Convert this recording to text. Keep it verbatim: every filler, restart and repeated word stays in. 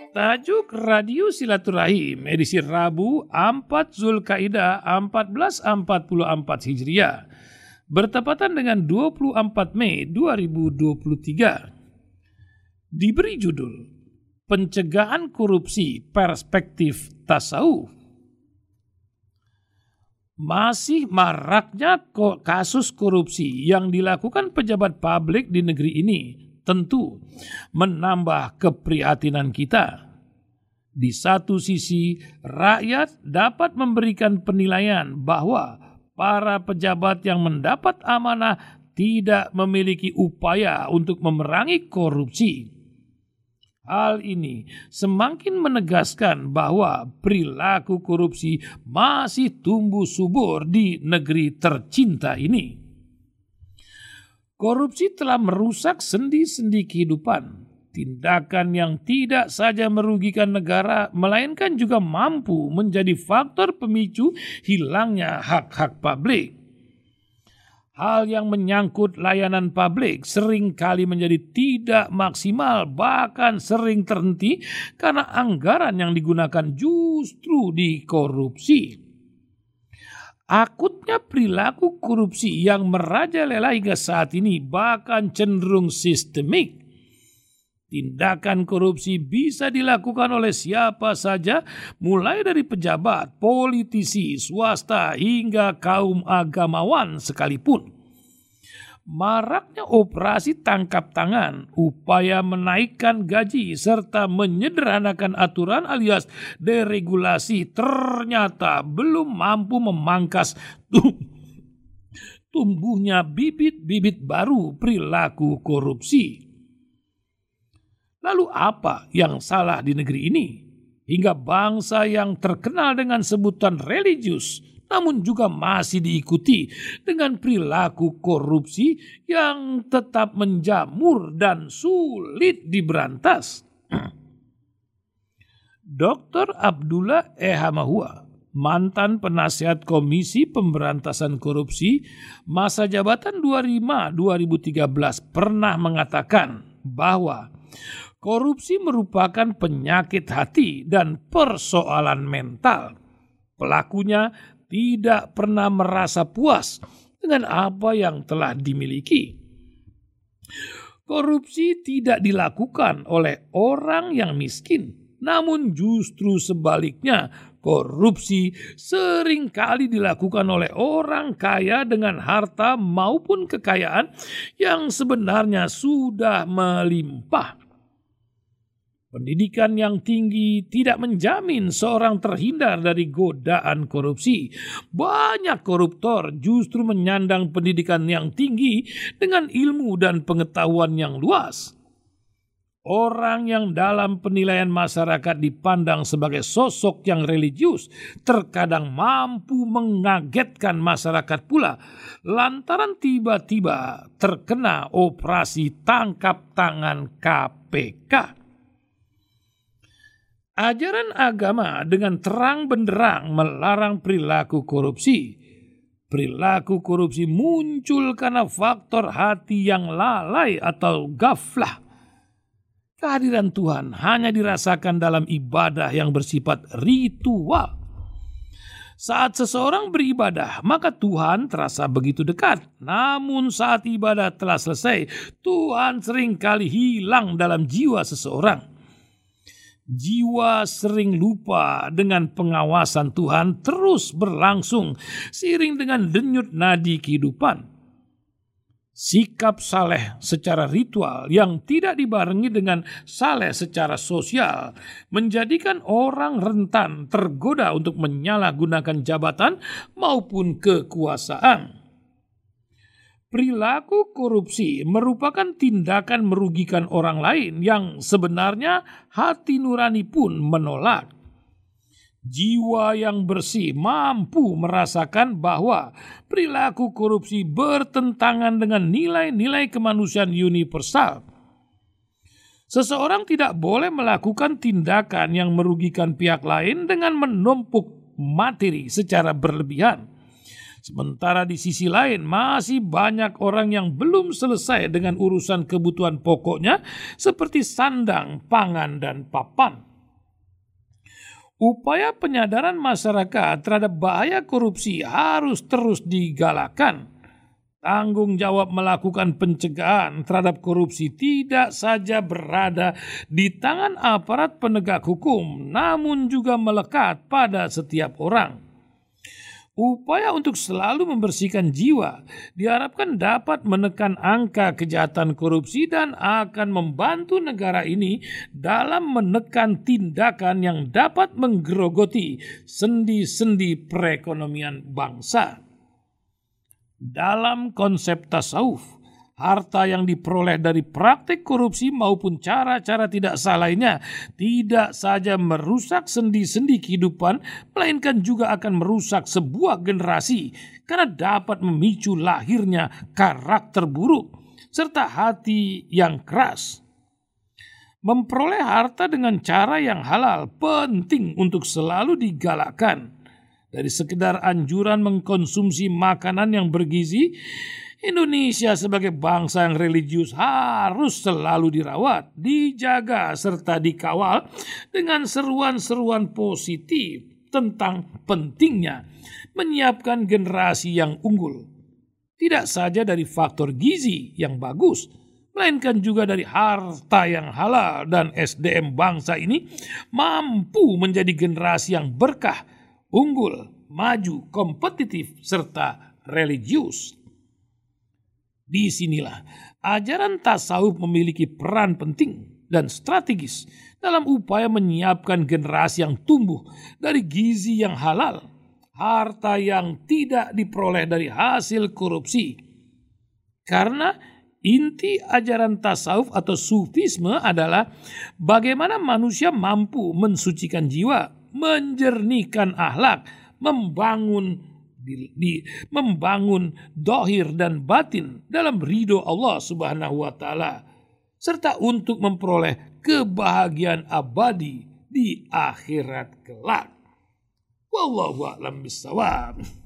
Tajuk Radio Silaturahim edisi Rabu empat Zulkaidah seribu empat ratus empat puluh empat Hijriah bertepatan dengan dua puluh empat Mei dua ribu dua puluh tiga. Diberi judul Pencegahan Korupsi Perspektif Tasawuf. Masih maraknya kasus korupsi yang dilakukan pejabat publik di negeri ini tentu menambah keprihatinan kita. Di satu sisi, rakyat dapat memberikan penilaian bahwa para pejabat yang mendapat amanah tidak memiliki upaya untuk memerangi korupsi. Hal ini semakin menegaskan bahwa perilaku korupsi masih tumbuh subur di negeri tercinta ini. Korupsi telah merusak sendi-sendi kehidupan. Tindakan yang tidak saja merugikan negara, melainkan juga mampu menjadi faktor pemicu hilangnya hak-hak publik. Hal yang menyangkut layanan publik seringkali menjadi tidak maksimal, bahkan sering terhenti karena anggaran yang digunakan justru dikorupsi. Akutnya perilaku korupsi yang merajalela hingga saat ini bahkan cenderung sistemik. Tindakan korupsi bisa dilakukan oleh siapa saja, mulai dari pejabat, politisi, swasta, hingga kaum agamawan sekalipun. Maraknya operasi tangkap tangan, upaya menaikkan gaji, serta menyederhanakan aturan alias deregulasi ternyata belum mampu memangkas tumbuhnya bibit-bibit baru perilaku korupsi. Lalu apa yang salah di negeri ini? Hingga bangsa yang terkenal dengan sebutan religius namun juga masih diikuti dengan perilaku korupsi yang tetap menjamur dan sulit diberantas. Doktor Abdullah Ehamahua, mantan penasihat Komisi Pemberantasan Korupsi masa jabatan dua ribu lima sampai dua ribu tiga belas, pernah mengatakan bahwa korupsi merupakan penyakit hati dan persoalan mental. Pelakunya tidak pernah merasa puas dengan apa yang telah dimiliki. Korupsi tidak dilakukan oleh orang yang miskin, namun justru sebaliknya, korupsi seringkali dilakukan oleh orang kaya dengan harta maupun kekayaan yang sebenarnya sudah melimpah. Pendidikan yang tinggi tidak menjamin seorang terhindar dari godaan korupsi. Banyak koruptor justru menyandang pendidikan yang tinggi dengan ilmu dan pengetahuan yang luas. Orang yang dalam penilaian masyarakat dipandang sebagai sosok yang religius terkadang mampu mengagetkan masyarakat pula lantaran tiba-tiba terkena operasi tangkap tangan K P K. Ajaran agama dengan terang benderang melarang perilaku korupsi. Perilaku korupsi muncul karena faktor hati yang lalai atau gaflah. Kehadiran Tuhan hanya dirasakan dalam ibadah yang bersifat ritual. Saat seseorang beribadah, maka Tuhan terasa begitu dekat. Namun saat ibadah telah selesai, Tuhan seringkali hilang dalam jiwa seseorang. Jiwa sering lupa dengan pengawasan Tuhan terus berlangsung seiring dengan denyut nadi kehidupan. Sikap saleh secara ritual yang tidak dibarengi dengan saleh secara sosial menjadikan orang rentan tergoda untuk menyalahgunakan jabatan maupun kekuasaan. Perilaku korupsi merupakan tindakan merugikan orang lain yang sebenarnya hati nurani pun menolak. Jiwa yang bersih mampu merasakan bahwa perilaku korupsi bertentangan dengan nilai-nilai kemanusiaan universal. Seseorang tidak boleh melakukan tindakan yang merugikan pihak lain dengan menumpuk materi secara berlebihan. Sementara di sisi lain masih banyak orang yang belum selesai dengan urusan kebutuhan pokoknya seperti sandang, pangan, dan papan. Upaya penyadaran masyarakat terhadap bahaya korupsi harus terus digalakkan. Tanggung jawab melakukan pencegahan terhadap korupsi tidak saja berada di tangan aparat penegak hukum, namun juga melekat pada setiap orang. Upaya untuk selalu membersihkan jiwa diharapkan dapat menekan angka kejahatan korupsi dan akan membantu negara ini dalam menekan tindakan yang dapat menggerogoti sendi-sendi perekonomian bangsa. Dalam konsep tasawuf, harta yang diperoleh dari praktik korupsi maupun cara-cara tidak sah lainnya tidak saja merusak sendi-sendi kehidupan, melainkan juga akan merusak sebuah generasi karena dapat memicu lahirnya karakter buruk serta hati yang keras. Memperoleh harta dengan cara yang halal penting untuk selalu digalakkan. Dari sekedar anjuran mengkonsumsi makanan yang bergizi, Indonesia sebagai bangsa yang religius harus selalu dirawat, dijaga, serta dikawal dengan seruan-seruan positif tentang pentingnya menyiapkan generasi yang unggul. Tidak saja dari faktor gizi yang bagus, melainkan juga dari harta yang halal, dan S D M bangsa ini mampu menjadi generasi yang berkah, unggul, maju, kompetitif, serta religius. Disinilah ajaran tasawuf memiliki peran penting dan strategis dalam upaya menyiapkan generasi yang tumbuh dari gizi yang halal, harta yang tidak diperoleh dari hasil korupsi. Karena inti ajaran tasawuf atau sufisme adalah bagaimana manusia mampu mensucikan jiwa, menjernihkan akhlak, membangun Di, di, membangun dohir dan batin dalam ridho Allah Subhanahu wa Ta'ala, serta untuk memperoleh kebahagiaan abadi di akhirat kelak. Wallahu a'lam bishawab.